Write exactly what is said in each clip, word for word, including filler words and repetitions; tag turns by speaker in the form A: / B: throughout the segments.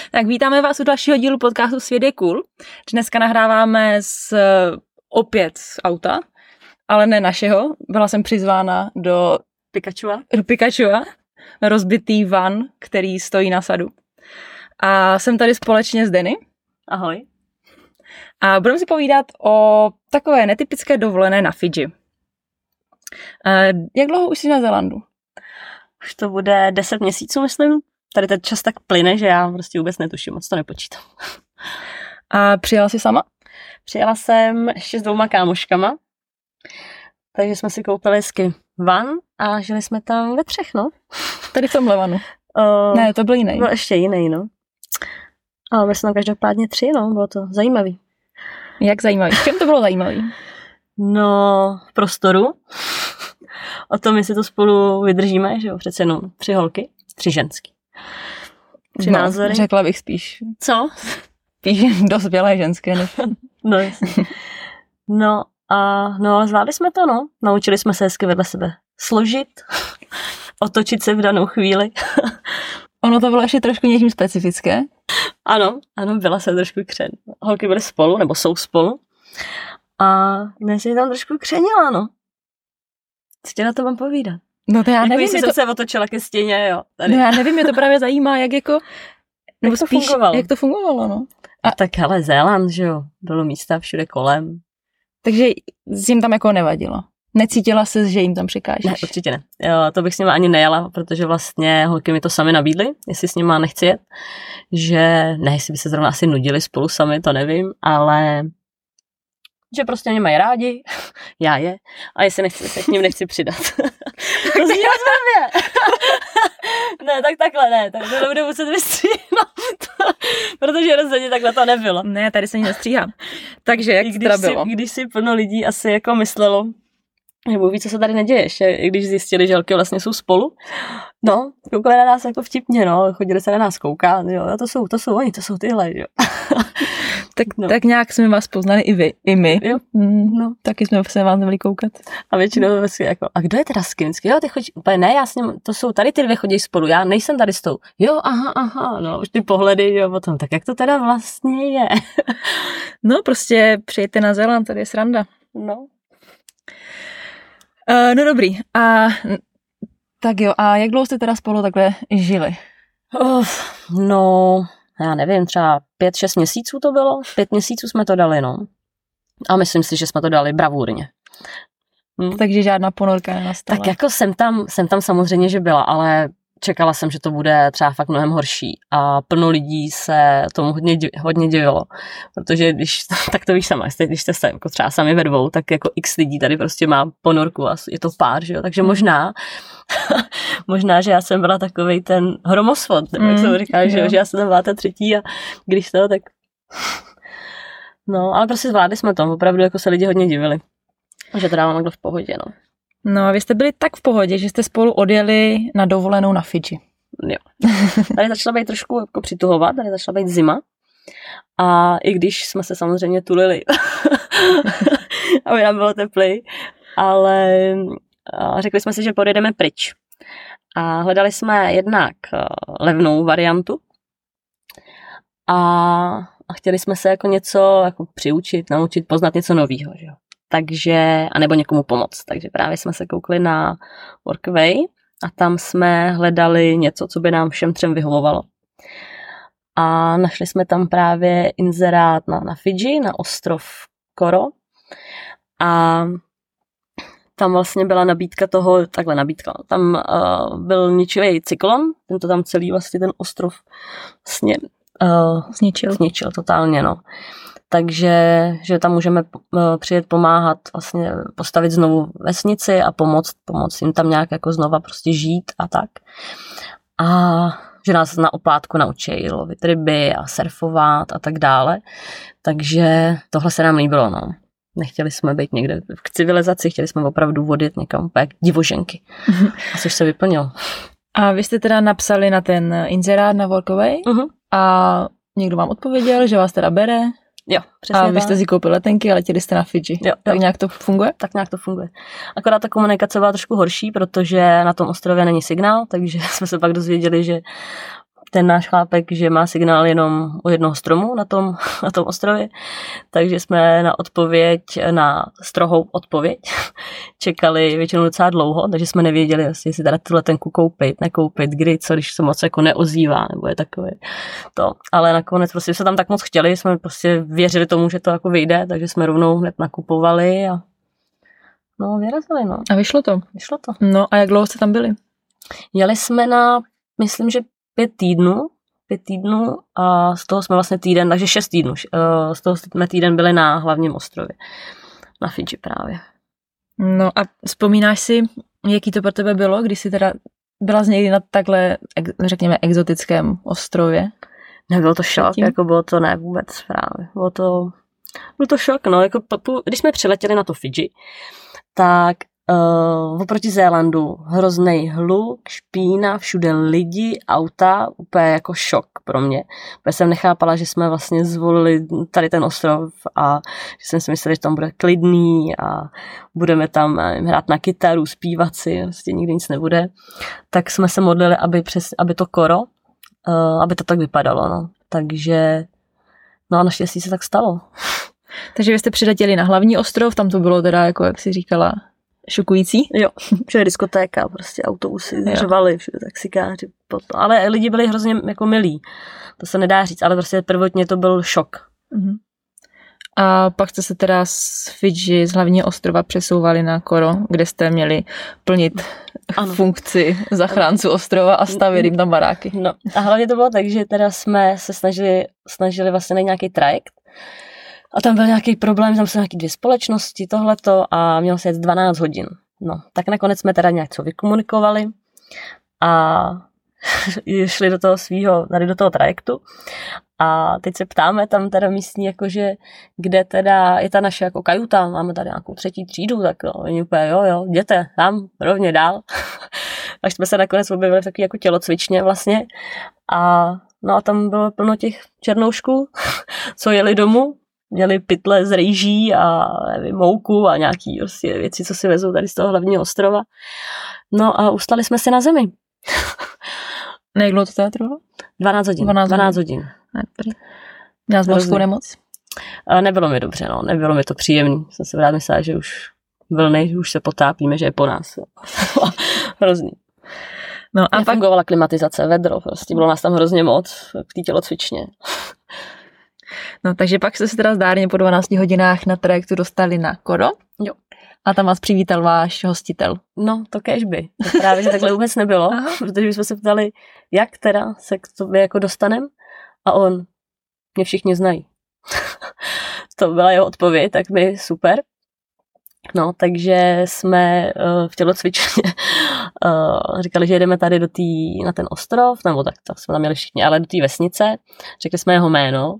A: Tak vítáme vás u dalšího dílu podcastu Svět je cool. Dneska nahráváme z, opět z auta, ale ne našeho. Byla jsem přizvána do
B: Pikachuva.
A: do Pikachuva, rozbitý van, který stojí na sadu. A jsem tady společně s Denny.
B: Ahoj.
A: A budeme si povídat o takové netypické dovolené na Fidži. Jak dlouho už jsi na Zélandu?
B: Už to bude deset měsíců, myslím. Tady ten čas tak plyne, že já prostě vůbec netuším, moc to nepočítám.
A: A přijela jsi sama?
B: Přijela jsem ještě s dvouma kámoškama, takže jsme si koupili hezky van a žili jsme tam ve třech, no.
A: Tady v tomhle vanu?
B: Uh,
A: ne, to byl jiný.
B: Byl ještě jiný, no. Ale byli jsme tam každopádně tři, no, bylo to zajímavý.
A: Jak zajímavý? V čem to bylo zajímavý?
B: No, v prostoru. O tom, jestli to spolu vydržíme, že jo, přece jenom tři holky, tři ženský. Tři
A: no,
B: názory.
A: Řekla bych spíš.
B: Co?
A: Spíš dospělé ženské. Než...
B: no, jasně. No a no, zvládli jsme to, no. Naučili jsme se hezky vedle sebe složit, otočit se v danou chvíli.
A: Ono to bylo ještě trošku něčím specifické.
B: Ano, ano, byla se trošku křen. Holky byly spolu, nebo jsou spolu. A dnes je tam trošku křenila, no. Co tě na to mám povídat?
A: No to já
B: jako
A: nevím.
B: Jako jsem
A: to...
B: se otočila ke stěně, jo. Tady.
A: No já nevím, mě to právě zajímá, jak jako...
B: Nebo jak to spíš, fungovalo.
A: Jak to fungovalo, no.
B: A tak hele, Zéland, že jo. Bylo místa všude kolem.
A: Takže jim tam jako nevadilo. Necítila se, že jim tam překážeš?
B: Ne, určitě ne. Jo, to bych s nima ani nejela, protože vlastně holky mi to sami nabídly, jestli s nima nechci jet. Že ne, jestli by se zrovna asi nudili spolu sami, to nevím, ale že prostě mě mají rádi, já je, a jestli nechci, se k ním nechci přidat. To zní rozhodně. Ne, tak takhle ne, tak to nebudu muset vystříhnout, protože rozhodně takhle to nebylo.
A: Ne, tady se nic nestříhám. Takže jak to teda bylo?
B: Si, když si plno lidí asi jako myslelo, nebo ví, co se tady neděje, ještě, když zjistili, že holky vlastně jsou spolu. No, koukali na nás jako vtipně, no, chodili se na nás koukat, jo, to jsou, to jsou oni, to jsou tyhle, jo.
A: tak, no. tak nějak jsme vás poznali i vy, i my.
B: Jo.
A: Mm, no, taky jsme se vás nebyli koukat.
B: A většinou si jako, a kdo je teda s kým? Jo, ty chodíš, úplně ne, já s ním, to jsou, tady ty dvě chodí spolu, já nejsem tady s tou. Jo, aha, aha, no, už ty pohledy, jo, potom, tak jak to teda vlastně je?
A: No, prostě přijďte na Zéland, tady je sranda.
B: No.
A: Uh, no dobrý, a tak jo, a jak dlouho jste teda spolu takhle žili?
B: Uf, no, já nevím, třeba pět, šest měsíců to bylo, pět měsíců jsme to dali, no. A myslím si, že jsme to dali bravurně.
A: Hm. Takže žádná ponorka nenastala.
B: Tak jako jsem tam, jsem tam samozřejmě, že byla, ale čekala jsem, že to bude třeba fakt mnohem horší a plno lidí se tomu hodně, hodně divilo, protože když, tak to víš sama, když jste se jako třeba sami ve dvou, tak jako x lidí tady prostě má ponorku a je to pár, že jo, takže možná, možná, že já jsem byla takovej ten hromosvod, nebo jak se říká, že, jo, že já jsem tam byla ta třetí a když to, tak no, ale prostě zvládli jsme to, opravdu jako se lidi hodně divili, že to dávám takhle v pohodě, no.
A: No a vy jste byli tak v pohodě, že jste spolu odjeli na dovolenou na Fidži.
B: Jo. Tady začala být trošku jako přituhovat, tady začala být zima. A i když jsme se samozřejmě tulili, aby nám bylo teplej, ale řekli jsme si, že podjedeme pryč. A hledali jsme jednak levnou variantu a, a chtěli jsme se jako něco jako přiučit, naučit, poznat něco nového, že jo. Takže, anebo někomu pomoct. Takže právě jsme se koukli na Workaway a tam jsme hledali něco, co by nám všem třem vyhovovalo. A našli jsme tam právě inzerát na, na Fidži, na ostrov Koro. A tam vlastně byla nabídka toho, takhle nabídka, tam uh, byl ničivý cyklon, ten to tam celý vlastně ten ostrov vlastně uh,
A: zničil.
B: zničil totálně, no. Takže že tam můžeme přijet pomáhat vlastně postavit znovu vesnici a pomoct, pomoct jim tam nějak jako znova prostě žít a tak. A že nás na oplátku naučí lovit ryby a surfovat a tak dále. Takže tohle se nám líbilo, no. Nechtěli jsme být někde v civilizaci, chtěli jsme opravdu vodit někam úplně divoženky. A což se vyplnilo.
A: A vy jste teda napsali na ten inzerát na Workaway uh-huh. a někdo vám odpověděl, že vás teda bere.
B: Jo, přesně.
A: A vy jste si koupili letenky a letěli jste na Fidži.
B: Jo,
A: tak
B: jo.
A: nějak to funguje?
B: Tak nějak to funguje. Akorát ta komunikace byla trošku horší, protože na tom ostrově není signál, takže jsme se pak dozvěděli, že ten náš chlápek, že má signál jenom u jednoho stromu na tom, na tom ostrově, takže jsme na odpověď, na strohou odpověď čekali většinou docela dlouho, takže jsme nevěděli, jestli si teda tu letenku koupit, nekoupit, kdy, co, když se moc jako neozývá, nebo je takové to. Ale nakonec prostě se tam tak moc chtěli, jsme prostě věřili tomu, že to jako vyjde, takže jsme rovnou hned nakupovali a no, vyrazili, no.
A: A vyšlo to?
B: Vyšlo to.
A: No a jak dlouho jste tam byli?
B: Jeli jsme na, myslím, že pět týdnů, pět týdnů a z toho jsme vlastně týden, takže šest týdnů. Z toho jsme týden byli na hlavním ostrově, na Fidži právě.
A: No a vzpomínáš si, jaký to pro tebe bylo, když jsi teda byla z někdy na takhle, řekněme, exotickém ostrově?
B: Nebyl to šok, Předtím? jako bylo to ne vůbec právě. Bylo to, byl to šok, no, jako když jsme přiletěli na to Fidži, tak Uh, oproti Zélandu hroznej hluk, špína, všude lidi, auta, úplně jako šok pro mě. Protože jsem nechápala, že jsme vlastně zvolili tady ten ostrov a že jsem si myslela, že tam bude klidný a budeme tam nevím, hrát na kytaru, zpívat si, vlastně nikdy nic nebude. Tak jsme se modlili, aby, přes, aby to koro, uh, aby to tak vypadalo. No. Takže, no a naštěstí se tak stalo.
A: Takže vy jste přiletěli na hlavní ostrov, tam to bylo teda, jako jak jsi říkala, šokující?
B: Jo, všude diskotéka, prostě autobusy řvali, všude taxikáři. Ale lidi byli hrozně jako milí. To se nedá říct, ale prostě prvotně to byl šok.
A: Uh-huh. A pak jste se teda z Fidži, z hlavního ostrova přesouvali na Koro, kde jste měli plnit ano. funkci zachránců ostrova a stavět jim tam baráky.
B: No a hlavně to bylo tak, že teda jsme se snažili, snažili vlastně najít nějaký trajekt. A tam byl nějaký problém, tam jsou nějaké dvě společnosti, tohleto a mělo se jet dvanáct hodin. No, tak nakonec jsme teda nějak co vykomunikovali a šli do toho svýho, tady do toho trajektu a teď se ptáme tam teda místní, jakože kde teda je ta naše jako kajuta, máme tady nějakou třetí třídu, tak jo, oni úplně jo, jo, jděte tam, rovně dál. Až jsme se nakonec objevili v takový jako tělocvičně vlastně a no a tam bylo plno těch černoušků, co jeli domů. Měli pytle z rejží a nevím, mouku a nějaký prostě věci, co si vezou tady z toho hlavního ostrova. No a ustali jsme si na zemi.
A: Jak dlouho to teda trvalo?
B: dvanáct hodin. dvanáct hodin.
A: Měla jsi mořskou nemoc?
B: A nebylo mi dobře, no. Nebylo mi to příjemný. Jsem si vrát myslela, že už vlny, že už se potápíme, že je po nás. Hrozný. No a pak fungovala klimatizace, vedro, prostě bylo nás tam hrozně moc v té tělocvičně.
A: No, takže pak jste se teda zdárně po dvanácti hodinách na trajektu dostali na Koro.
B: Jo.
A: A tam vás přivítal váš hostitel.
B: No, to kéž by. To právě, že takhle vůbec nebylo, protože jsme se ptali, jak teda se k tobě jako dostanem a on, mě všichni znají. To byla jeho odpověď, tak my super. No, takže jsme uh, v tělocvičně uh, říkali, že jedeme tady do tý, na ten ostrov, nebo tak, tak jsme tam měli všichni, ale do té vesnice. Řekli jsme jeho jméno.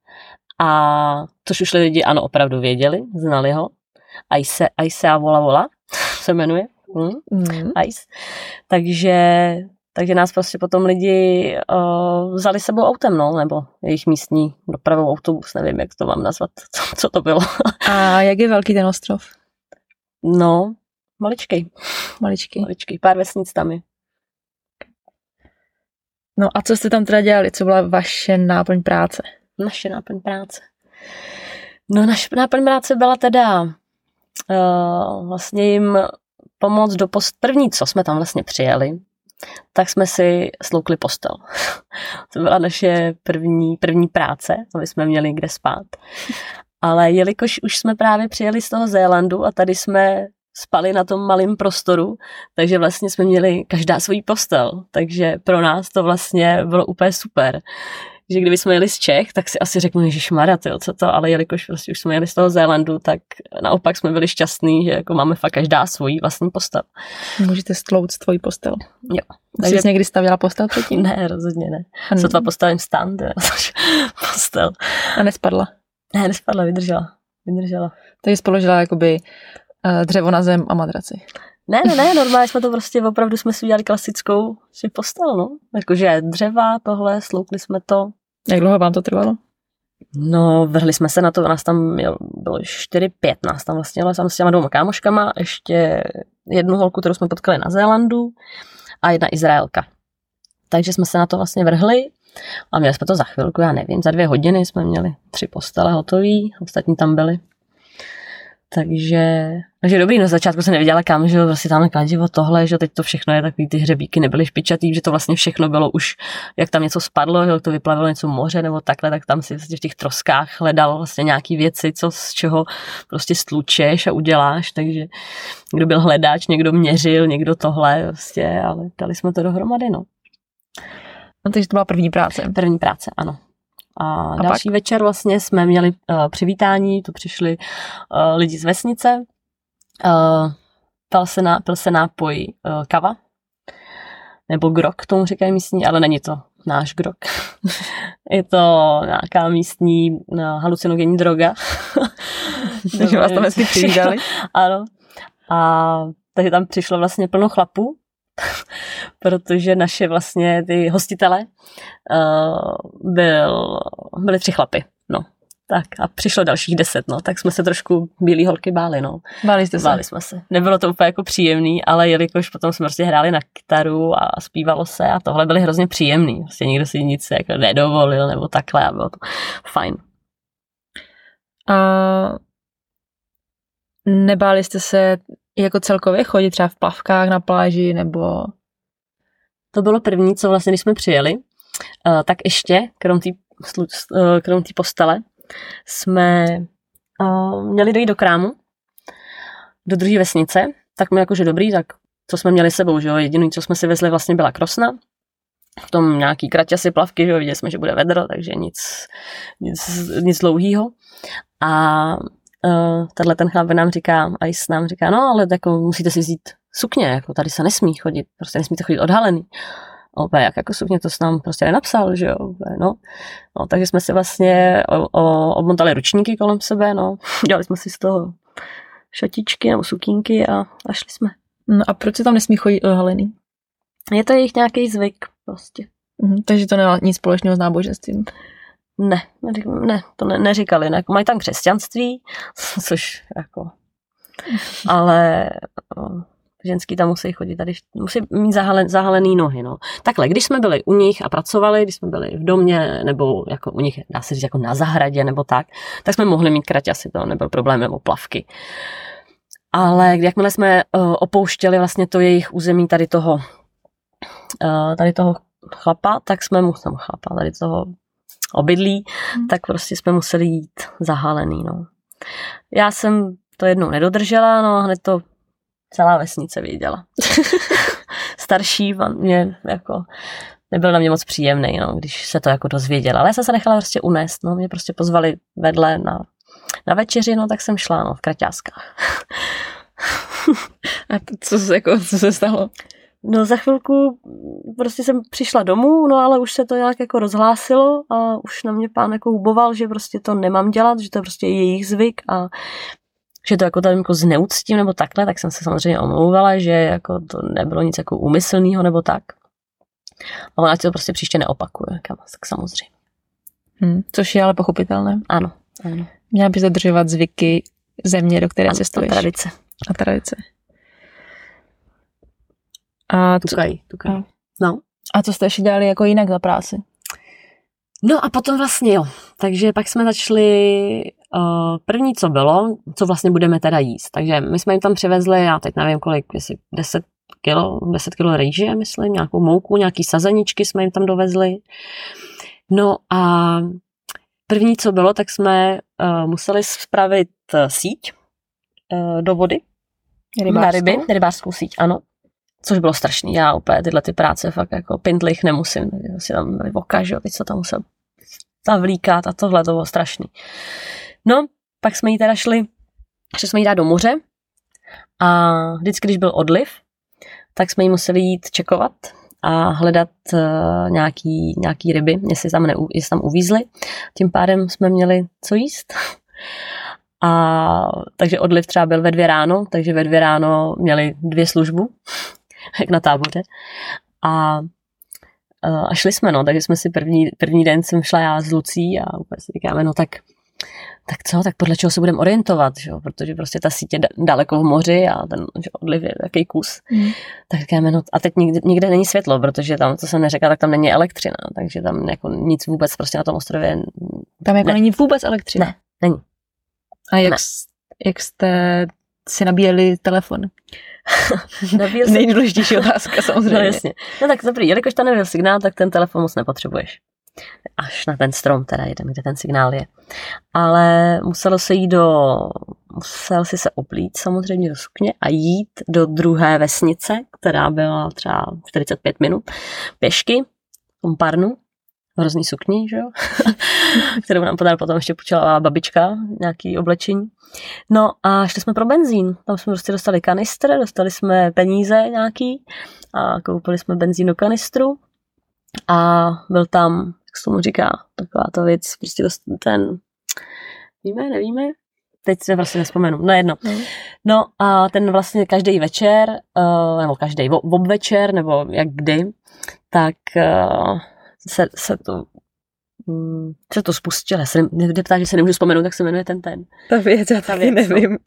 B: A což už lidi, ano, opravdu věděli, znali ho. Aise, Aise a Vola Vola se jmenuje. Mm. Mm. Ice. Takže, takže nás prostě potom lidi uh, vzali sebou autem, no, nebo jejich místní dopravou autobus, nevím, jak to mám nazvat, co, co to bylo.
A: A jak je velký ten ostrov?
B: No, maličkej.
A: Maličkej.
B: Maličkej, pár vesnic tam je.
A: No a co jste tam teda dělali? Co byla vaše náplň práce?
B: Naše náplň práce. No, naše náplň práce byla teda uh, vlastně jim pomoct do post... První, co jsme tam vlastně přijeli, tak jsme si sloukli postel. To byla naše první, první práce, aby jsme měli kde spát. Ale jelikož už jsme právě přijeli z toho Zélandu a tady jsme spali na tom malém prostoru, takže vlastně jsme měli každá svůj postel. Takže pro nás to vlastně bylo úplně super. Že kdyby jsme jeli z Čech, tak si asi řeknu, ježišmarja, tyjo, co to, ale jelikož prostě už jsme jeli z toho Zélandu, tak naopak jsme byli šťastní, že jako máme fakt každá svůj vlastní postel.
A: Můžete stlouct tvoji postel.
B: Jo.
A: Takže jsi někdy stavěla postel předtím?
B: Ne, rozhodně ne. A sotva postavím stan, postel.
A: A nespadla?
B: Ne, nespadla, vydržela. Vydržela.
A: Takže jsi položila jakoby uh, dřevo na zem a madraci.
B: Ne, ne, ne, normálně jsme to prostě, opravdu jsme si udělali klasickou si postel, no. Jakože dřeva, tohle, sloukli jsme to.
A: Jak dlouho vám to trvalo?
B: No, vrhli jsme se na to, nás tam jel, bylo čtyři pět, nás tam vlastně jela s těma dvěma kámoškama, ještě jednu holku, kterou jsme potkali na Zélandu a jedna Izraelka. Takže jsme se na to vlastně vrhli a měli jsme to za chvilku, já nevím, za dvě hodiny jsme měli tři postele hotový, ostatní tam byli. Takže, takže dobrý, no z začátku jsem nevěděla kam, že prostě tam kladivo tohle, že teď to všechno je takový, ty hřebíky nebyly špičatý, že to vlastně všechno bylo už, jak tam něco spadlo, jak to vyplavilo něco moře nebo takhle, tak tam si v těch troskách hledal vlastně nějaký věci, co z čeho prostě stlučeš a uděláš, takže někdo byl hledáč, někdo měřil, někdo tohle prostě, ale dali jsme to dohromady, no.
A: No, takže to byla první práce.
B: První práce, ano. A, a další
A: pak?
B: večer vlastně jsme měli uh, přivítání, tu přišli uh, lidi z vesnice, uh, pil, se ná, pil se nápoj uh, kava, nebo grog, tomu říkají místní, ale není to náš grog. Je to nějaká místní uh, halucinogenní droga.
A: Takže vás tam hezky přivítali.
B: Ano. A takže tam přišlo vlastně plno chlapů, protože naše vlastně ty hostitele uh, byl, byly tři chlapy, no. Tak a přišlo dalších deset, no, tak jsme se trošku bílý holky báli, no.
A: Báli jste se?
B: Báli jsme se. Nebylo to úplně jako příjemný, ale jelikož potom jsme prostě hráli na kytaru a zpívalo se a tohle byly hrozně příjemný. Prostě nikdo si nic jako nedovolil nebo takhle a bylo to fajn.
A: A nebáli jste se jako celkově chodit třeba v plavkách na pláži, nebo...
B: To bylo první, co vlastně, když jsme přijeli, uh, tak ještě, krom té uh, krom té postele, jsme uh, měli dojít do krámu, do druhé vesnice, tak my jakože dobrý, tak co jsme měli sebou, že jo, jediný, co jsme si vezli, vlastně byla krosna, v tom nějaký kraťasy plavky, že jo, viděli jsme, že bude vedro, takže nic, nic, nic dlouhýho. A uh, tenhle ten chlap nám říká, a Ice nám říká, no ale jako musíte si vzít sukně, jako tady se nesmí chodit, prostě nesmíte chodit odhalený. Opět, jak jako sukně, to se nám prostě nenapsal, že jo, no. No, takže jsme si vlastně o, o, obmontali ručníky kolem sebe, no, dělali jsme si z toho šatičky nebo sukínky a, a šli jsme.
A: No a proč se tam nesmí chodit odhalený?
B: Je to jejich nějaký zvyk, prostě.
A: Mhm, takže to nemá nic společného s náboženstvím?
B: Ne, ne, to ne, neříkali, ne. Mají tam křesťanství, což jako, ale... No, ženský tam musí chodit, tady musí mít zahalen, zahalený nohy, no. Takhle, když jsme byli u nich a pracovali, když jsme byli v domě, nebo jako u nich, dá se říct, jako na zahradě, nebo tak, tak jsme mohli mít kraťasy, to nebyl problém, nebo plavky. Ale jakmile jsme uh, opouštěli vlastně to jejich území tady toho, uh, tady toho chlapa, tak jsme museli, chlapa, tady toho obydlí, hmm. tak prostě jsme museli jít zahalený, no. Já jsem to jednou nedodržela, no a hned to celá vesnice věděla. Starší mě jako nebyl na mě moc příjemný, no, když se to jako dozvěděla. Ale já jsem se nechala prostě unést, no, mě prostě pozvali vedle na, na večeři, no, tak jsem šla, no, v kraťáskách.
A: A co se, jako, co se stalo?
B: No, za chvilku prostě jsem přišla domů, no, ale už se to nějak jako rozhlásilo a už na mě pán jako huboval, že prostě to nemám dělat, že to je prostě jejich zvyk a že to jako tady jako zneuctím nebo takhle, tak jsem se samozřejmě omlouvala, že jako to nebylo nic jako úmyslného nebo tak. A ona to prostě příště neopakuje, tak samozřejmě.
A: Hmm, což je ale pochopitelné.
B: Ano, ano.
A: Měla bys dodržovat zvyky země, do které cestuješ.
B: A tradice.
A: A tradice. A
B: tukají, tukají. No.
A: A co jste ještě dělali jako jinak za práci?
B: No a potom vlastně jo. Takže pak jsme začali uh, první, co bylo, co vlastně budeme teda jíst. Takže my jsme jim tam přivezli, já teď nevím kolik, jestli deset kilo, deset kilo rejže, myslím, nějakou mouku, nějaký sazeničky jsme jim tam dovezli. No a první, co bylo, tak jsme uh, museli spravit uh, síť uh, do vody.
A: Rybářskou?
B: Na ryby, rybářskou síť, ano. Což bylo strašný. Já úplně tyhle ty práce fakt jako pindlich nemusím. Si tam byli voka, že jo, teď se tam musel zavlíkat a tohle, to bylo strašný. No, pak jsme jí teda šli, že jsme jí dát do moře a vždycky, když byl odliv, tak jsme jí museli jít čekovat a hledat uh, nějaký, nějaký ryby, jestli tam, neu, jestli tam uvízly. Tím pádem jsme měli co jíst. A takže odliv třeba byl ve dvě ráno, takže ve dvě ráno měli dvě službu, jak na táboře. A, a šli jsme, no, takže jsme si první, první den jsem šla já s Lucí a úplně si říkáme, no tak tak co, tak podle čeho se budeme orientovat, že jo? Protože prostě ta síť je daleko v moři a ten že odliv je takový kus. Mm. Tak říkáme, no a teď nikde, nikde není světlo, protože tam, co jsem neřekla, tak tam není elektřina, takže tam jako nic vůbec prostě na tom ostrově.
A: Tam jako ne. Není vůbec elektřina?
B: Ne, není.
A: A jak, ne. jak jste si nabíjeli telefon?
B: Nabíjel
A: nejdůležitější otázka samozřejmě.
B: No jasně. No tak dobrý, jelikož tam nebyl signál, tak ten telefon moc nepotřebuješ. Až na ten strom teda jedem, kde ten signál je. Ale muselo se jít do, musel si se oblít samozřejmě do sukně a jít do druhé vesnice, která byla třeba čtyřicet pět minut pěšky, v tom Parnu, v hrozný sukni, že jo? Kterou nám podala potom ještě půjčila babička, nějaký oblečení. No a šli jsme pro benzín. Tam jsme prostě dostali kanistr, dostali jsme peníze nějaký a koupili jsme benzín do kanistru a byl tam, jak se tomu říká, taková ta věc, prostě ten, víme, nevíme? Teď se vlastně nespomenu, no jedno. No a ten vlastně každý večer, nebo každý obvečer, nebo jak kdy, tak se, se to Hmm, se to spustilo, já se ne, ptá, že se nemůžu vzpomenout, tak se jmenuje ten ten.
A: Ta věc, já taky nevím.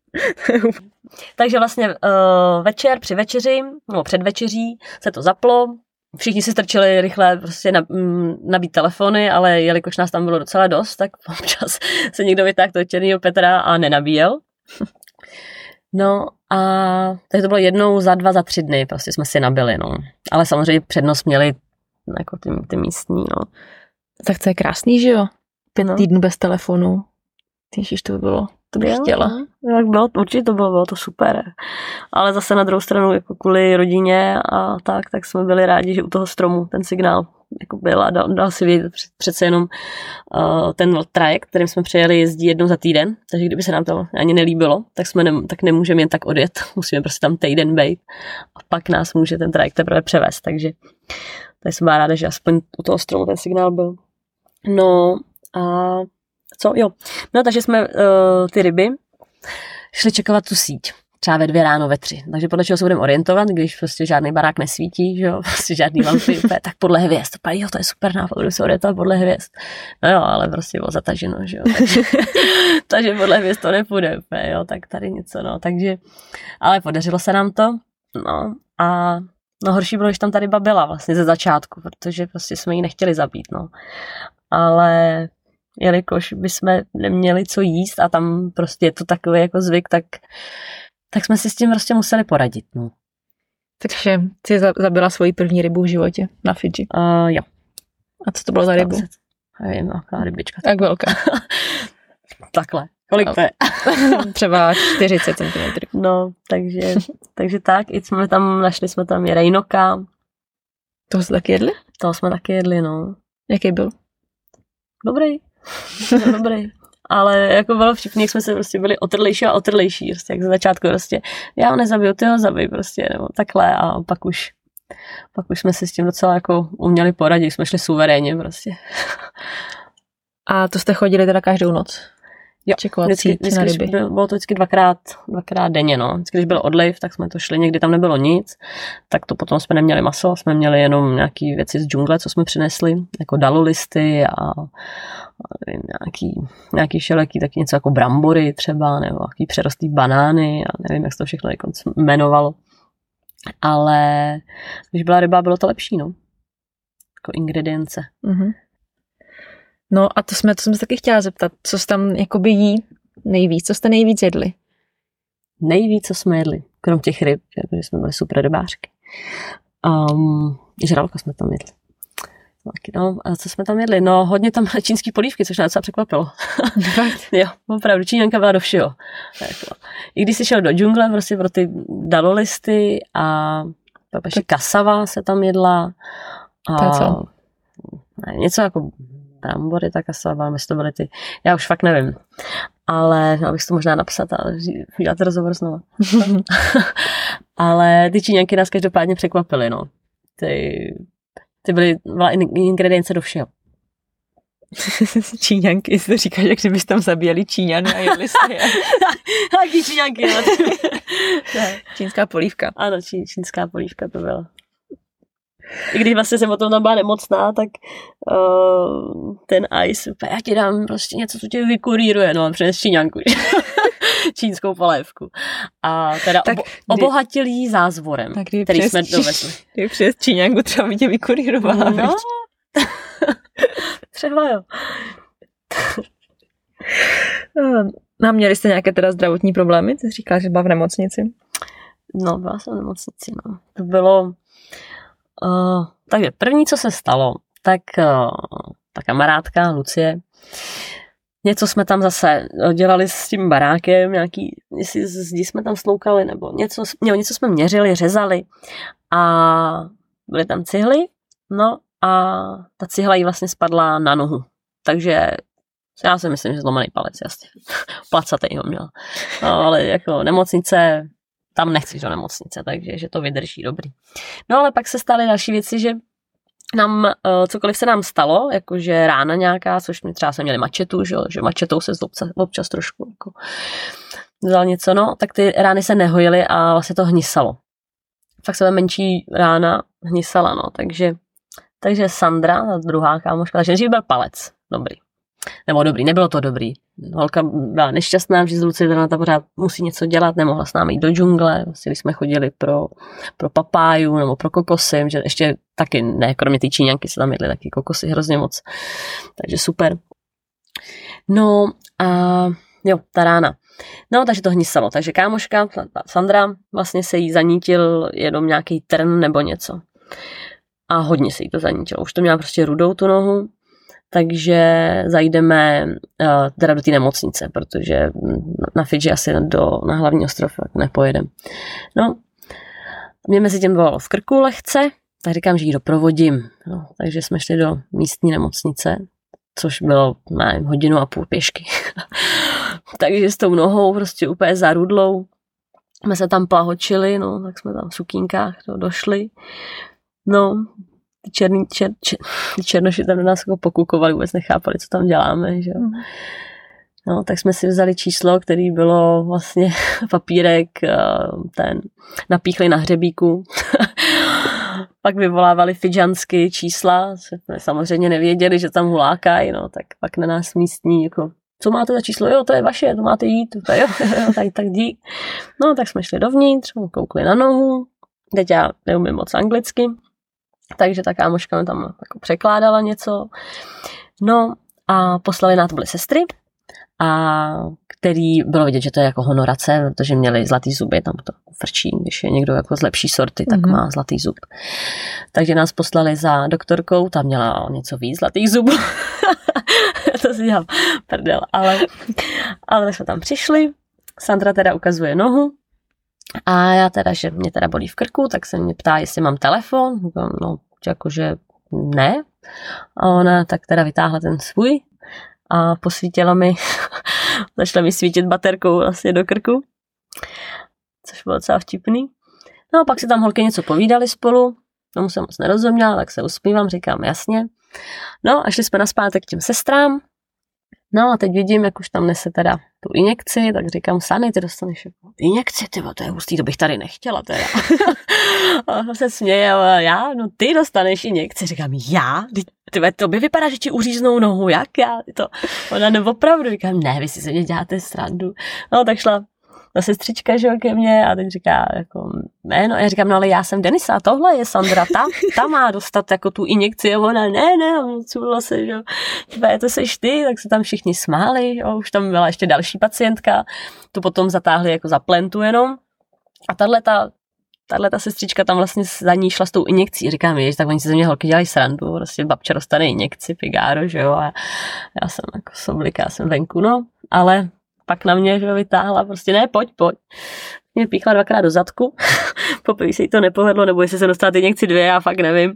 B: Takže vlastně uh, večer při večeři, no před večeří se to zaplo, všichni si strčili rychle prostě na, m, nabít telefony, ale jelikož nás tam bylo docela dost, tak občas se někdo vytáhl toho černýho Petra a nenabíjel. No a takže to bylo jednou za dva, za tři dny, prostě jsme si nabili, no. Ale samozřejmě přednost měli jako ty, ty místní, no.
A: Tak to je krásný, že jo? Pět no. týdnů bez telefonu. Ježiš, to by bylo, to bych jo, chtěla.
B: Jak bylo, určitě to bylo, bylo to super. Ale zase na druhou stranu, jako kvůli rodině a tak, tak jsme byli rádi, že u toho stromu ten signál jako byl a dal, dal si vědět přece jenom uh, ten trajekt, kterým jsme přejeli, jezdí jednou za týden, takže kdyby se nám to ani nelíbilo, tak jsme ne, tak nemůžeme jen tak odjet, musíme prostě tam týden bejt a pak nás může ten trajekt teprve převést, takže tady jsem byla ráda, že aspoň u toho stromu ten signál byl. No a co? Jo. No takže jsme uh, ty ryby šli čekovat tu síť. Třeba ve dvě ráno, ve tři. Takže podle čeho se budeme orientovat, když prostě žádný barák nesvítí, že jo, prostě žádný lampy, tak podle hvězd. Jo, to je super nápad, budu se orientovat podle hvězd. No jo, ale prostě bylo zataženo, že jo. Takže, takže podle hvězd to nepůjde úplně, jo, tak tady něco, no. Takže, ale podařilo se nám to, no a no horší bylo, když tam ta ryba byla vlastně ze začátku, protože prostě jsme ji nechtěli zabít, no. Ale jelikož bychom neměli co jíst a tam prostě je to takový jako zvyk, tak, tak jsme si s tím prostě museli poradit, no.
A: Takže jsi zabila svoji první rybu v životě na Fidži?
B: Uh, jo.
A: A co to bylo za rybu?
B: Nevím, nějaká rybička.
A: Tak velká.
B: Takhle. Kolik no. to je?
A: Třeba čtyřicet centimetrů.
B: No, takže, takže tak. I jsme tam, našli jsme tam i rejnoka.
A: Toho jste taky jedli?
B: Toho jsme taky jedli, no.
A: Jaký byl?
B: Dobrý. Dobrý. Ale jako bylo vtipný, jak jsme se prostě byli otrlejší a otrlejší. Prostě jak za začátku prostě, já ho nezabiju, ty ho zabij prostě, nebo takhle a pak už, pak už jsme si s tím docela jako uměli poradit, jsme šli suverénně prostě.
A: A to jste chodili teda každou noc?
B: Jo,
A: čekovat
B: vždycky,
A: síť na ryby.
B: Bylo, bylo to vždycky dvakrát, dvakrát denně, no. Vždycky, když byl odliv, tak jsme to šli, někdy tam nebylo nic, tak to potom jsme neměli maso, jsme měli jenom nějaký věci z džungle, co jsme přinesli, jako dalulisty a, a nevím, nějaký, nějaký všeleký, taky něco jako brambory třeba, nebo nějaký přerostlý banány a nevím, jak se to všechno jako jmenovalo. Ale když byla ryba, bylo to lepší, no. Jako ingredience.
A: Mhm. No a to jsme, to jsem se taky chtěla zeptat, co jsi tam jakoby jí nejvíc, co jste nejvíc jedli?
B: Nejvíc, co jsme jedli, krom těch ryb, protože jsme byli super rybářky. Um, žraloka jsme tam jedli. No, a co jsme tam jedli? No, hodně tam čínský polívky, což nás docela překvapilo. Jo, opravdu, Číňanka byla do všeho. Jako. I když jsi šel do džungle, prostě pro ty dalolisty a ještě kasava se tam jedla. A
A: co?
B: Ne, něco jako brambory, tak asi ale to byly ty, já už fakt nevím, ale měla bych to možná napsat a dělat rozhovor znova. Ale ty Číňanky nás každopádně překvapily, no. Ty, ty byly, byla ingredience do všeho.
A: Číňanky, jsi to říkáš, jak kdybyste tam zabíjeli Číňany a jedli jste je.
B: Taky Číňanky, no.
A: Čínská polívka.
B: Ano, čí, čínská polívka to byla. I když vlastně jsem potom tam byla nemocná, tak uh, ten ice, já ti dám prostě něco, co tě vykuríruje, no a přines číňanku, čínskou polévku. A teda tak, obo- obohatil jí zázvorem,
A: tak
B: který jsme dovezli.
A: Kdyby přines číňanku, třeba by tě vykurírovala.
B: No, třeba jo.
A: No, měli jste nějaké teda zdravotní problémy? Ty říkáš, že byla v nemocnici?
B: No, byla jsem v nemocnici, no. To bylo... Uh, takže první, co se stalo, tak uh, ta kamarádka Lucie, něco jsme tam zase dělali s tím barákem, nějaký, jestli zdi jsme tam sloukali, nebo něco, jo, něco jsme měřili, řezali a byly tam cihly, no a ta cihla jí vlastně spadla na nohu. Takže já si myslím, že zlomený palec, jasně. Placatej ho měl. No, ale jako nemocnice, tam nechci do nemocnice, takže že to vydrží dobrý. No ale pak se staly další věci, že nám, cokoliv se nám stalo, jakože rána nějaká, což my třeba jsme měli mačetu, že, že mačetou se občas, občas trošku jako vzal něco, no, tak ty rány se nehojily a vlastně to hnisalo. Fakt sebe menší rána hnisala, no, takže, takže Sandra, druhá kámoška, takže nejdřív byl palec, dobrý. Nebo dobrý, nebylo to dobrý. Holka byla nešťastná, že z Lucie ta pořád musí něco dělat, nemohla s námi jít do džungle, vlastně jsme chodili pro, pro papáju nebo pro kokosy, že ještě taky ne, kromě té číňanky se tam jedly taky kokosy hrozně moc. Takže super. No a jo, ta rána. No, takže to hnisalo. Takže kámoška, Sandra, vlastně se jí zanítil jenom nějaký trn nebo něco. A hodně se jí to zanítilo. Už to měla prostě rudou tu nohu. Takže zajdeme uh, teda do té nemocnice, protože na Fidži asi do, na hlavní ostrov nepojedeme. No, mě mezi tím bylo v krku lehce, tak říkám, že ji doprovodím. No, takže jsme šli do místní nemocnice, což bylo nevím, hodinu a půl pěšky. Takže s tou nohou prostě úplně zarudlou jsme se tam plahočili, no, tak jsme tam v sukínkách to došli. No, ty černý, čer, čer, ty černoši tam na nás jako pokukovali, vůbec nechápali, co tam děláme, že jo. No, tak jsme si vzali číslo, který bylo vlastně papírek, ten, napíchli na hřebíku. Pak vyvolávali fidžansky čísla, jsme samozřejmě nevěděli, že tam hulákají, no, tak pak na nás místní, jako, co máte za číslo? Jo, to je vaše, to máte jít, to jo, jo, tak, tak dík. No, tak jsme šli dovnitř, koukli na nohu, teď já neumím moc anglicky, takže ta kámoška mi tam jako překládala něco. No a poslali nás, to byly sestry, a který bylo vidět, že to je jako honorace, protože měli zlatý zuby, tam to frčí, když je někdo jako z lepší sorty, tak mm-hmm. má zlatý zub. Takže nás poslali za doktorkou, tam měla něco víc zlatých zubů. To si dělám prdel, ale, ale tak jsme tam přišli, Sandra teda ukazuje nohu, a já teda, že mě teda bolí v krku, tak se mě ptá, jestli mám telefon. No, jakože ne. A ona tak teda vytáhla ten svůj a posvítila mi, začala mi svítit baterkou vlastně do krku, což bylo docela vtipný. No a pak si tam holky něco povídali spolu, tomu jsem moc nerozuměla, tak se usmívám, říkám jasně. No a šli jsme naspátek k těm sestrám. No a teď vidím, jak už tam nese teda tu injekci, tak říkám, Sany, ty dostaneš injekci, tyvo, to je hustý, to bych tady nechtěla teda. A se směje, a já, no ty dostaneš injekci, říkám, já? Tyve, to by vypadá, že ti uříznou nohu, jak já? To, ona no opravdu, říkám, ne, vy si se mě děláte srandu. No tak šla ta sestřička, že ke mně a teď říká jako jméno, a já říkám, no ale já jsem Denisa, tohle je Sandra, ta, ta má dostat jako tu injekci, a ona, ne, ne, cůlo se, že jo, to seš ty, tak se tam všichni smáli, jo, už tam byla ještě další pacientka, tu potom zatáhli jako za plentu jenom, a tahle ta tahle ta sestřička tam vlastně za ní šla s tou injekcí. Říkám, jež, tak oni si ze mě holky dělají srandu, prostě babča dostane injekci, figáro, že jo, a já jsem jako soblika, já jsem venku, no, ale pak na mě, že vytáhla, prostě ne, pojď, pojď. Mě píchla dvakrát do zadku, poprvé se jí to nepovedlo, nebo jestli se dostala ty injekci dvě, já fakt nevím.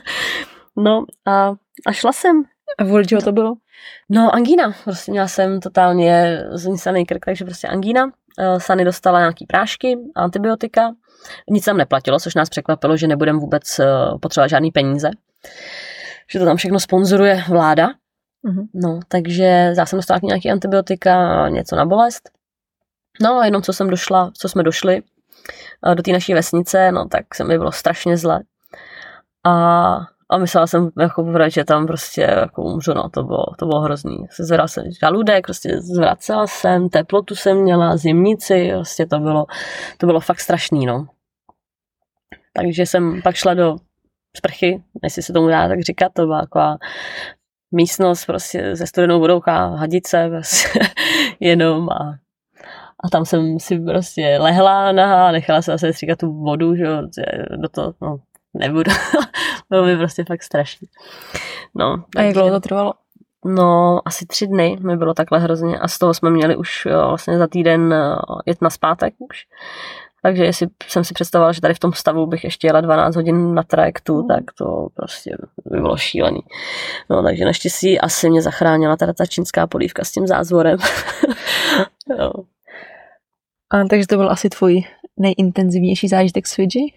B: No a, a šla jsem.
A: A kvůli čeho to bylo?
B: No, angína, prostě měla jsem totálně znisaný krk, takže prostě angína. Sany dostala nějaký prášky, antibiotika, nic tam neplatilo, což nás překvapilo, že nebudeme vůbec potřebovat žádný peníze, že to tam všechno sponzoruje vláda. Mm-hmm. No, takže já jsem dostala nějaký antibiotika, něco na bolest. No a jenom co jsem došla, co jsme došli do té naší vesnice, no tak se mi bylo strašně zle. A, a myslela jsem jako poprvé, že tam prostě jako umřu, no, to bylo, to bylo hrozný. Se zvedala jsem žaludek, prostě zvracela jsem, teplotu jsem měla, zimnici, prostě to bylo, to bylo fakt strašný, no. Takže jsem pak šla do sprchy, jestli se tomu dá tak říkat, to byla taková místnost prostě se studenou vodou, hadice, prostě jenom a, a tam jsem si prostě lehla nahá, nechala se zase stříkat tu vodu, že jo, do toho, no, nebudu, bylo mi prostě fakt strašný. No,
A: a jak dlouho to trvalo?
B: No, asi tři dny mi bylo takhle hrozně a z toho jsme měli už jo, vlastně za týden jet nazpátek už. Takže jestli jsem si představovala, že tady v tom stavu bych ještě jela dvanáct hodin na trajektu, tak to prostě by bylo šílený. No, takže naštěstí asi mě zachránila teda ta čínská polívka s tím zázvorem. Jo.
A: A takže to byl asi tvůj nejintenzivnější zážitek s Fidži?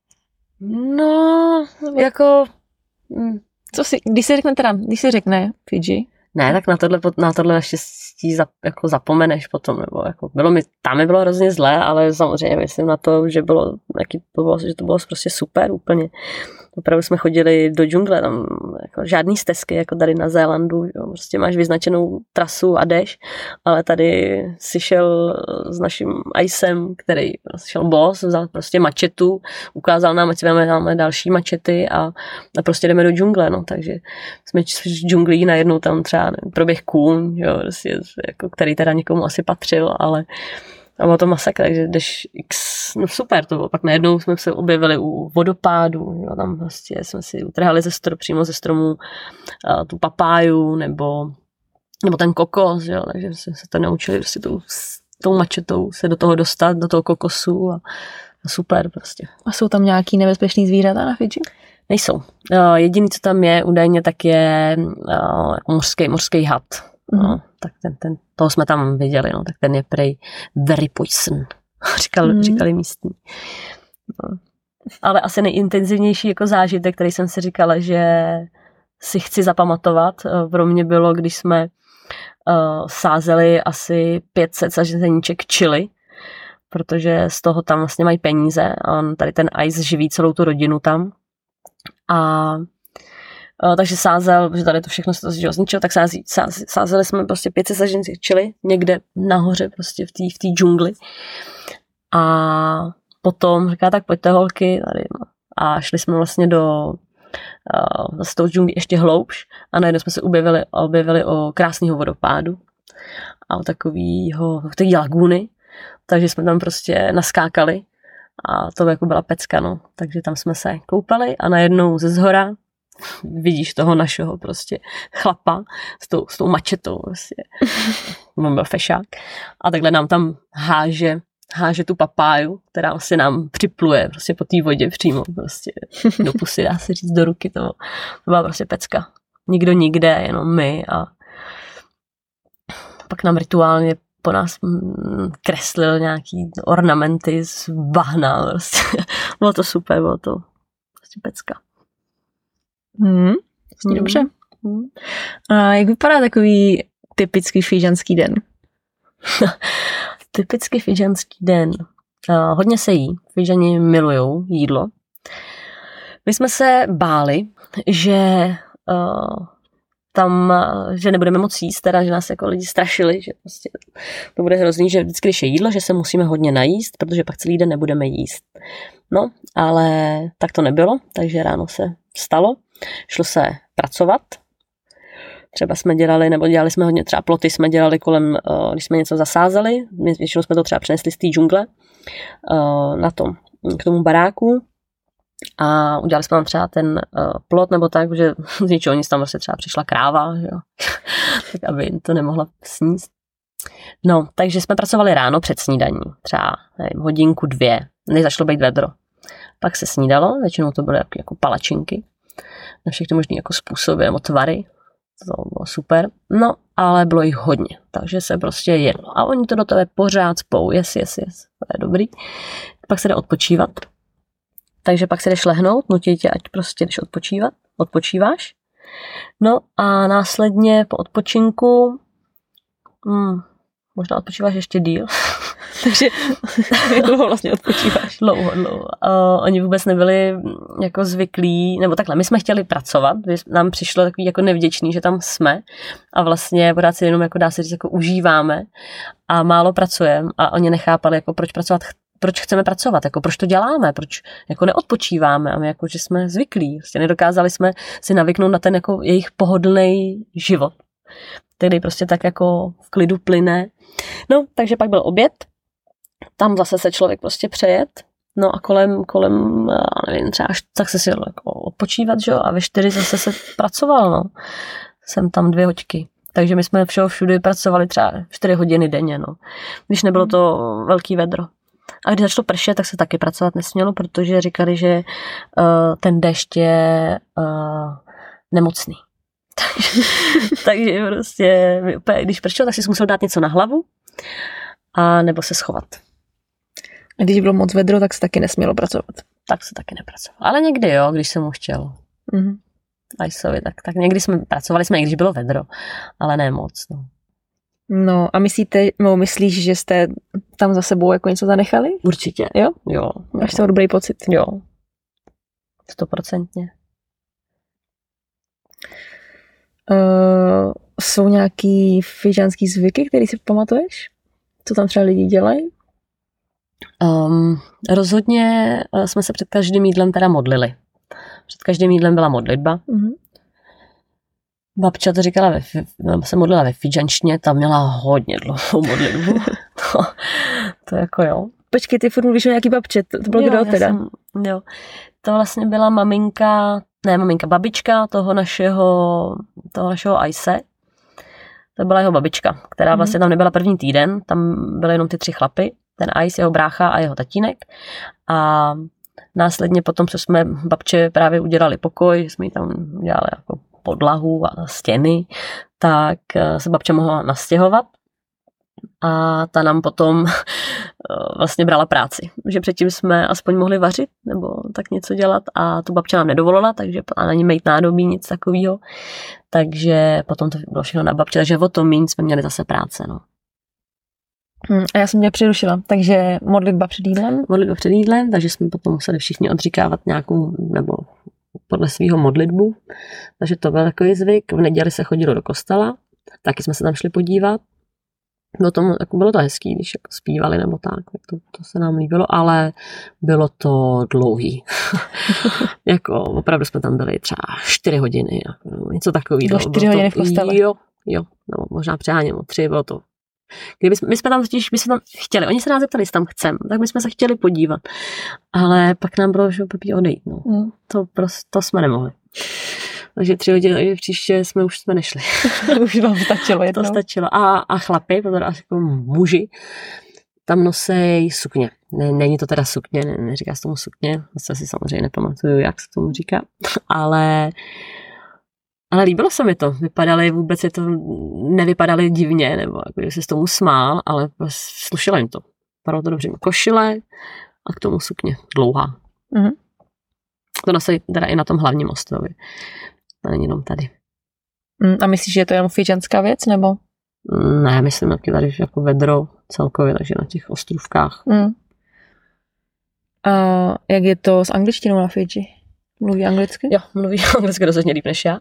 B: No, jako...
A: Co si, když se řekne teda, když se řekne Fidži?
B: Ne, tak na tohle, na tohle naštěstí zap, jako zapomeneš potom, nebo jako bylo mi, tam mi bylo hrozně zlé, ale samozřejmě myslím na to, že bylo, jaký to bylo, že to bylo prostě super úplně. Opravdu jsme chodili do džungle, tam jako žádný stezky, jako tady na Zélandu, jo, prostě máš vyznačenou trasu a jdeš, ale tady si šel s naším Icem, který šel boss, vzal prostě mačetu, ukázal nám, ať si máme další mačety a, a prostě jdeme do džungle, no, takže jsme z džunglí najednou tam třeba ne, proběh kůň, jo, prostě, jako, který teda někomu asi patřil, ale a bylo to masakr, takže jdeš x, no super to bylo, pak najednou jsme se objevili u vodopádu, jo, tam prostě jsme si utrhali ze strom, přímo ze stromu a, tu papáju, nebo, nebo ten kokos, jo, takže jsme se to naučili prostě tou, tou mačetou se do toho dostat, do toho kokosu a, a super prostě.
A: A jsou tam nějaký nebezpečný zvířata na Fidži?
B: Nejsou. Uh, jediný, co tam je údajně, tak je uh, mořský, mořský had. Mm-hmm. No, tak ten, ten, toho jsme tam viděli, no, tak ten je prej very poison, Říkal, mm-hmm. říkali místní. No. Ale asi nejintenzivnější jako zážitek, který jsem si říkala, že si chci zapamatovat, pro mě bylo, když jsme uh, sázeli asi pět set saženíček chili, protože z toho tam vlastně mají peníze a on, tady ten Ice živí celou tu rodinu tam. A Uh, takže sázel, protože tady to všechno se to zničilo, tak sází, sází, sázeli jsme prostě pět set saženců chili někde nahoře prostě v té v té džungli. A potom říká, tak pojďte holky tady. A šli jsme vlastně do uh, z toho džungli ještě hloubš a najednou jsme se objevili, objevili o krásného vodopádu a o takovýho, o té laguny. Takže jsme tam prostě naskákali a to jako byla pecka, no. Takže tam jsme se koupali a najednou ze zhora vidíš toho našeho prostě chlapa s tou, s tou mačetou prostě. On byl fešák. A takhle nám tam háže, háže tu papáju, která vlastně nám připluje prostě po té vodě přímo prostě do pusy, dá se říct, do ruky. To, to byla prostě pecka. Nikdo nikde, jenom my a pak nám rituálně po nás kreslil nějaký ornamenty z bahna. Prostě. Bylo to super, bylo to prostě pecka.
A: Hmm, vlastně hmm. dobře. Hmm. A jak vypadá takový typický fidžanský den?
B: Typický fidžanský den. Uh, hodně se jí. Fidžani milujou jídlo. My jsme se báli, že uh, tam, že nebudeme moc jíst, teda, že nás jako lidi strašili, že prostě to bude hrozný, že vždycky, když je jídlo, že se musíme hodně najíst, protože pak celý den nebudeme jíst. No, ale tak to nebylo, takže ráno se vstalo, šlo se pracovat. Třeba jsme dělali, nebo dělali jsme hodně, třeba ploty jsme dělali kolem, když jsme něco zasázeli, většinou jsme to třeba přenesli z té džungle na tom, k tomu baráku a udělali jsme tam třeba ten plot nebo tak, že z ničeho nic tam vlastně třeba přišla kráva, že jo? Tak aby to nemohla sníst. No, takže jsme pracovali ráno před snídaní, třeba nevím, hodinku, dvě, než začalo být vedro. Pak se snídalo, většinou to byly jako, jako palačinky, na všechny možný jako způsoby nebo tvary. To bylo super. No, ale bylo jich hodně, takže se prostě jedlo. A oni to do tebe pořád spou, yes, yes, yes, to je dobrý. Pak se jde odpočívat. Takže pak se jdeš lehnout, nutí tě, ať prostě jdeš odpočívat, odpočíváš. No a následně po odpočinku, hmm, možná odpočíváš ještě díl,
A: Takže jak dlouho vlastně odpočíváš?
B: Dlouho, dlouho. Uh, oni vůbec nebyli jako zvyklí, nebo takhle, my jsme chtěli pracovat, nám přišlo takový jako nevděčný, že tam jsme a vlastně pořád si jenom jako dá se říct, jako užíváme a málo pracujeme a oni nechápali, jako proč pracovat, proč chceme pracovat, jako proč to děláme, proč jako neodpočíváme a my jako, že jsme zvyklí, prostě nedokázali jsme si navyknout na ten jako jejich pohodlný život, který prostě tak jako v klidu plyne. No, takže pak byl oběd, tam zase se člověk prostě přejet, no a kolem, kolem, já nevím, třeba až tak se si jako odpočívat, že jo, a ve čtyři zase se pracoval, no. Jsem tam dvě hoďky. Takže my jsme všeho všude pracovali třeba čtyři hodiny denně, no. Když nebylo to velký vedro. A když začalo pršet, tak se taky pracovat nesmělo, protože říkali, že uh, ten dešť je uh, nemocný. Takže prostě, když pršelo, tak si musel dát něco na hlavu a nebo se schovat.
A: A když bylo moc vedro, tak se taky nesmělo pracovat.
B: Tak se taky nepracovalo. Ale někdy jo, když jsem mu chtěl.
A: Mm-hmm.
B: Ajsovi, tak, tak někdy jsme pracovali, jsme, i když bylo vedro, ale ne moc. No,
A: no a myslíte, no, myslíš, že jste tam za sebou jako něco zanechali?
B: Určitě.
A: Jo?
B: Jo.
A: Máš z toho dobrý pocit?
B: Jo. Stoprocentně.
A: Uh, jsou nějaký fidžánský zvyky, který si pamatuješ? Co tam třeba lidi dělají?
B: Um, rozhodně jsme se před každým jídlem teda modlili. Před každým jídlem byla modlitba. Mm-hmm. Babča to říkala, ve, se modlila ve fidžanštině, tam měla hodně dlouhou modlitbu. to, to jako jo.
A: Počkej, ty furt mluvíš o nějaký babče, to, to bylo jo, kdo teda?
B: Jsem, jo. To vlastně byla maminka, ne maminka, babička toho našeho, toho našeho Ajse. To byla jeho babička, která vlastně tam nebyla první týden, tam byly jenom ty tři chlapy, ten Ajs, jeho brácha a jeho tatínek. A následně potom, co jsme babče právě udělali pokoj, jsme jí tam udělali jako podlahu a stěny, tak se babče mohla nastěhovat a ta nám potom vlastně brala práci. Že předtím jsme aspoň mohli vařit nebo tak něco dělat a tu babče nám nedovolila, takže na ní mít nádobí, nic takového. Takže potom to bylo všechno na babče, takže o to míň jsme měli zase práce. No.
A: Hmm, a já jsem mě přerušila, takže modlitba před jídlem?
B: Modlitba před jídlem, takže jsme potom museli všichni odříkávat nějakou, nebo podle svého modlitbu. Takže to byl takový zvyk. V neděli se chodilo do kostela, taky jsme se tam šli podívat. Bylo to, jako bylo to hezký, když jako zpívali nebo tak, to, to se nám líbilo, ale bylo to dlouhý. Jako opravdu jsme tam byli třeba čtyři hodiny, jako, něco takového.
A: Bylo čtyři hodiny v kostele?
B: Jo, jo, no, možná přeháněmo, tři, bylo to. Kdyby jsme, my jsme tam totiž, my jsme tam chtěli, oni se nás zeptali, jestli tam chcem, tak my jsme se chtěli podívat, ale pak nám bylo, že blbý odejít, no. Mm. To prostě, to jsme nemohli. Takže tři hodiny příště jsme už jsme nešli.
A: Už vám stačilo jednou.
B: To stačilo. A, a chlapy, protože jako muži, tam nosej sukně. Ne, není to teda sukně, ne, neříká se tomu sukně, to si samozřejmě nepamatuju, jak se tomu říká, ale ale líbilo se mi to. Vypadaly vůbec, je to nevypadaly divně, nebo jako, že se s tomu smál, ale slušelo jim to. Vypadalo to dobře. Košile a k tomu sukně dlouhá. Mm-hmm. To nosí teda i na tom hlavním ostrově. To není jenom tady.
A: A myslíš, že je to jenom fidžanská věc, nebo?
B: Ne, myslím, že tady jako vedro celkově, takže na těch ostrovkách. Mm.
A: A jak je to s angličtinou na Fidži? Mluví anglicky?
B: Jo, mluví anglicky rozhodně líp než já.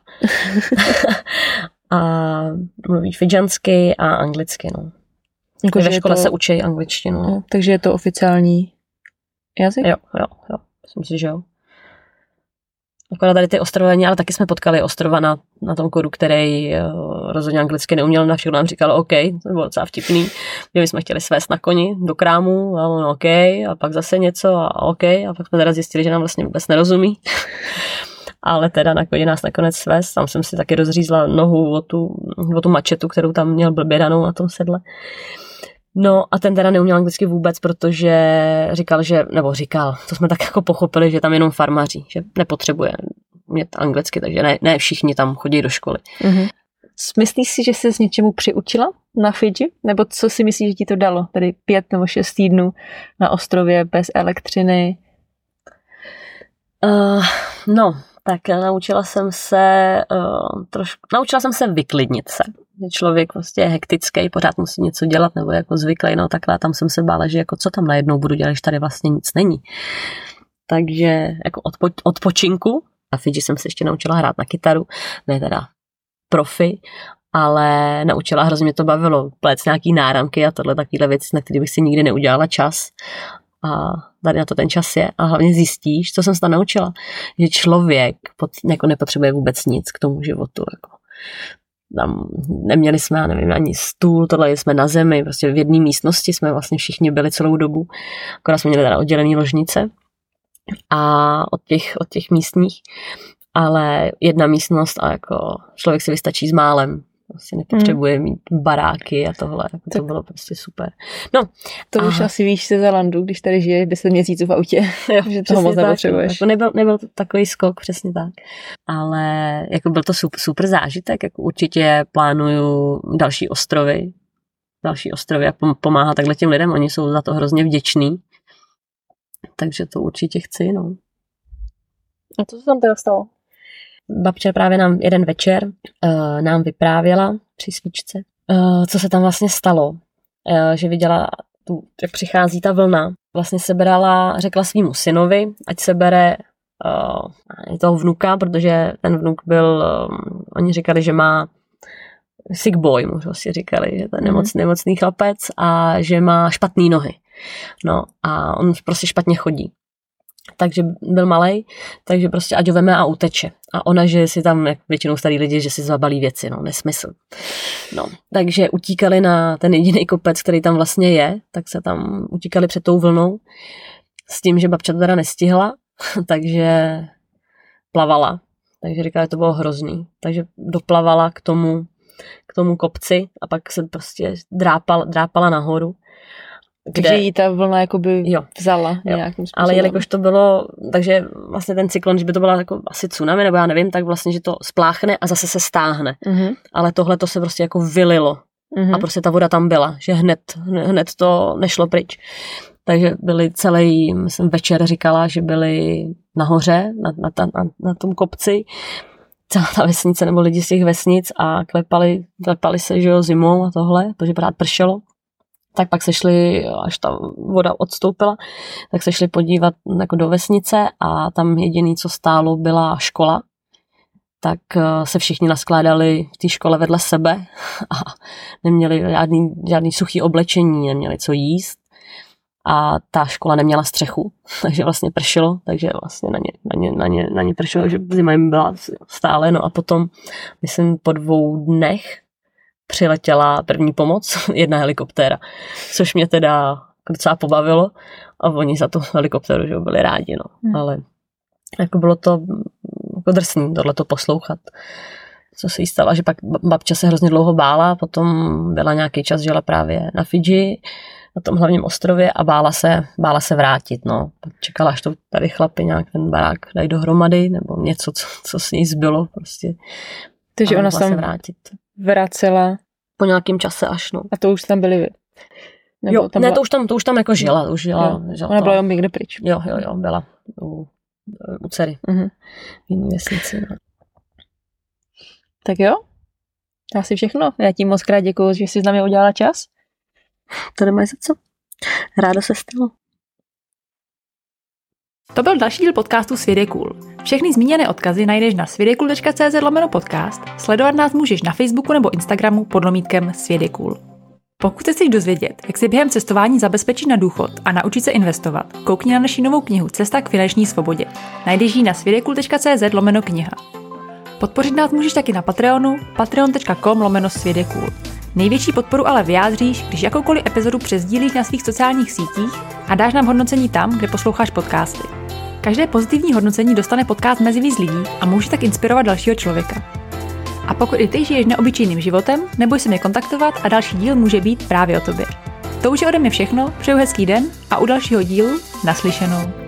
B: A mluví fidžansky a anglicky, no. Jako, ve škole to se učí angličtinu.
A: No, takže je to oficiální jazyk?
B: Jo, jo, jo. Myslím si, že jo. Akorát tady ty ostrovani, ale taky jsme potkali ostrova na, na tom koru, který uh, rozhodně anglicky neuměl, na všechno nám říkal OK, to bylo docela vtipný, že my jsme chtěli svést na koni do krámu a on OK, a pak zase něco a OK, a pak jsme teda zjistili, že nám vlastně vůbec nerozumí. Ale teda na koni nás nakonec svést, tam jsem si taky rozřízla nohu o tu, o tu mačetu, kterou tam měl blbě danou na tom sedle. No a ten teda neuměl anglicky vůbec, protože říkal, že, nebo říkal, to jsme tak jako pochopili, že tam jenom farmaří, že nepotřebuje mít anglicky, takže ne, ne všichni tam chodí do školy. Mm-hmm.
A: Myslíš si, že jsi s něčemu přiučila na Fidži? Nebo co si myslíš, že ti to dalo? Tady pět nebo šest týdnů na ostrově bez elektřiny?
B: Uh, no, tak naučila jsem se uh, trošku, naučila jsem se vyklidnit se. člověk vlastně je hektický, pořád musí něco dělat, nebo jako zvyklý, no takhle, tam jsem se bála, že jako co tam najednou budu dělat, když tady vlastně nic není. Takže jako odpo, odpočinku, na Fidži jsem se ještě naučila hrát na kytaru, ne teda profi, ale naučila, hrozně mě to bavilo, plést nějaký náramky a tohle takovýhle věci, na které bych si nikdy neudělala čas. A tady na to ten čas je a hlavně zjistíš, co jsem se tam naučila, že člověk pod, jako nepotřebuje vůbec nic k tomu životu. Jako. Tam neměli jsme, já nevím, ani stůl, tohle jsme na zemi, prostě v jedné místnosti jsme vlastně všichni byli celou dobu, akorát jsme měli teda oddělené ložnice a od těch, od těch místních, ale jedna místnost a jako člověk si vystačí s málem. Vlastně nepotřebuje mít baráky a tohle. Jako to bylo prostě super. No,
A: to a... už asi víš se Zelandu, když tady žiješ deset měsíců v autě, jo, že toho moc nepotřebuješ.
B: Jako nebyl, nebyl to takový skok, přesně tak. Ale jako byl to super, super zážitek. Jako určitě plánuju další ostrovy. Další ostrovy a pomáhat takhle těm lidem. Oni jsou za to hrozně vděční. Takže to určitě chci, no.
A: A co se tam teda stalo?
B: Babča právě nám jeden večer uh, nám vyprávěla při svíčce, uh, co se tam vlastně stalo. Uh, že viděla, tu, jak přichází ta vlna. Vlastně se brala, řekla svýmu synovi, ať se bere uh, toho vnuka, protože ten vnuk byl, um, oni říkali, že má sick boy, můžu si říkali, že to je nemoc, nemocný chlapec a že má špatný nohy. No a on prostě špatně chodí. Takže byl malej, takže prostě ať ho veme a uteče. A ona, že si tam, jak většinou starý lidi, že si zabalí věci, no, nesmysl. No, takže utíkali na ten jediný kopec, který tam vlastně je, tak se tam utíkali před tou vlnou, s tím, že babča to teda nestihla, takže plavala. Takže říkala, že to bylo hrozný. Takže doplavala k tomu, k tomu kopci a pak se prostě drápala, drápala nahoru.
A: Kde... Takže jí ta vlna jakoby
B: jo.
A: vzala
B: jo.
A: nějakým způsobem.
B: Ale jelikož to bylo, takže vlastně ten cyklon, když by to byla jako asi tsunami, nebo já nevím, tak vlastně, že to spláchne a zase se stáhne. Uh-huh. Ale tohle to se prostě jako vylilo. Uh-huh. A prostě ta voda tam byla, že hned, hned to nešlo pryč. Takže byli celý, myslím, večer říkala, že byli nahoře, na, na, ta, na, na tom kopci, celá ta vesnice, nebo lidi z těch vesnic a klepali, klepali se, že jo, zimou a tohle, protože pořád pršelo. Tak pak se šli, až ta voda odstoupila, tak se šli podívat jako do vesnice a tam jediný, co stálo, byla škola. Tak se všichni naskládali v té škole vedle sebe a neměli žádný, žádný suchý oblečení, neměli co jíst. A ta škola neměla střechu, takže vlastně pršelo, takže vlastně na ně, na ně, na ně, na ně pršelo, že zima jim byla stále. No a potom, myslím, po dvou dnech přiletěla první pomoc, jedna helikoptéra, což mě teda docela pobavilo a oni za tu helikoptéru, že byli rádi, no. Hmm. Ale jako bylo to jako drsný tohleto poslouchat, co se jí stalo, že pak babča se hrozně dlouho bála, potom byla nějaký čas, žila právě na Fidži, na tom hlavním ostrově a bála se, bála se vrátit, no. Pak čekala, až to tady chlapi nějak ten barák dají dohromady, nebo něco, co, co s ní zbylo, prostě.
A: Takže ona se tam vrátit. vracela.
B: Po nějakém čase až, no.
A: A to už tam byli vy?
B: Nebo jo, tam ne, byla... to už tam, to už tam jako žila. Už žila,
A: žila ona to... byla někde pryč.
B: Jo, jo, jo, byla u, u dcery. Uh-huh. V jiný vesnici, no.
A: Tak jo, to asi všechno. Já ti moc krát děkuju, že jsi s námi udělala čas.
B: To nemají za co. Rádo se stalo.
C: To byl další díl podcastu Svět je cool. Všechny zmíněné odkazy najdeš na světjecool tečka cé zet lomeno podcast. Sledovat nás můžeš na Facebooku nebo Instagramu pod lomítkem Svět je cool. Pokud se chceš dozvědět, jak si během cestování zabezpečit na důchod a naučit se investovat, koukni na naši novou knihu Cesta k finanční svobodě. Najdeš ji na světjecool tečka cé zet lomeno kniha. Podpořit nás můžeš taky na Patreonu patreon tečka com lomeno svět je cool. Největší podporu ale vyjádříš, když jakoukoliv epizodu přesdílíš na svých sociálních sítích a dáš nám hodnocení tam, kde posloucháš podcasty. Každé pozitivní hodnocení dostane podcast mezi víc lidí a může tak inspirovat dalšího člověka. A pokud i ty žiješ neobyčejným životem, neboj se mě kontaktovat a další díl může být právě o tobě. To už je ode mě všechno, přeju hezký den a u dalšího dílu naslyšenou.